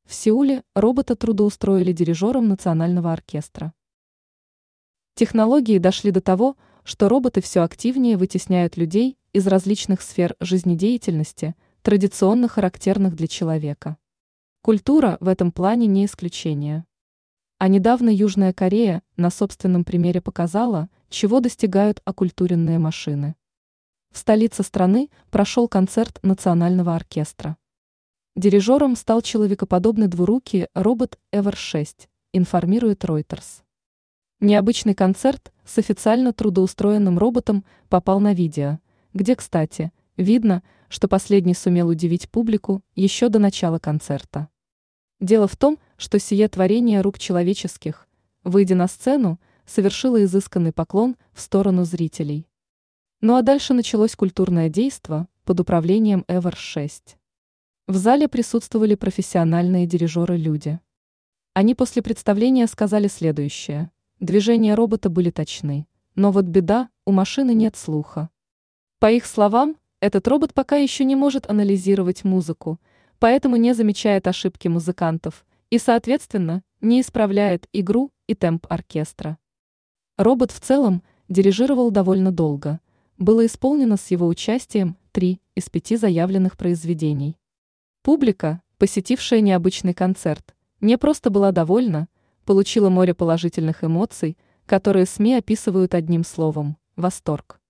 В Сеуле робота трудоустроили дирижером национального оркестра. Технологии дошли до того, что роботы все активнее вытесняют людей из различных сфер жизнедеятельности, традиционно характерных для человека. Культура в этом плане не исключение. А недавно Южная Корея на собственном примере показала, чего достигают окультуренные машины. В столице страны прошел концерт национального оркестра. Дирижером стал человекоподобный двурукий робот Ever 6, информирует Reuters. Необычный концерт с официально трудоустроенным роботом попал на видео, где, кстати, видно, что последний сумел удивить публику еще до начала концерта. Дело в том, что сие творение рук человеческих, выйдя на сцену, совершило изысканный поклон в сторону зрителей. Ну а дальше началось культурное действо под управлением Ever 6. В зале присутствовали профессиональные дирижеры-люди. Они после представления сказали следующее: движения робота были точны, но вот беда, у машины нет слуха. По их словам, этот робот пока еще не может анализировать музыку, поэтому не замечает ошибки музыкантов и, соответственно, не исправляет игру и темп оркестра. Робот в целом дирижировал довольно долго. Было исполнено с его участием 3 из 5 заявленных произведений. Публика, посетившая необычный концерт, не просто была довольна, получила море положительных эмоций, которые СМИ описывают одним словом – восторг.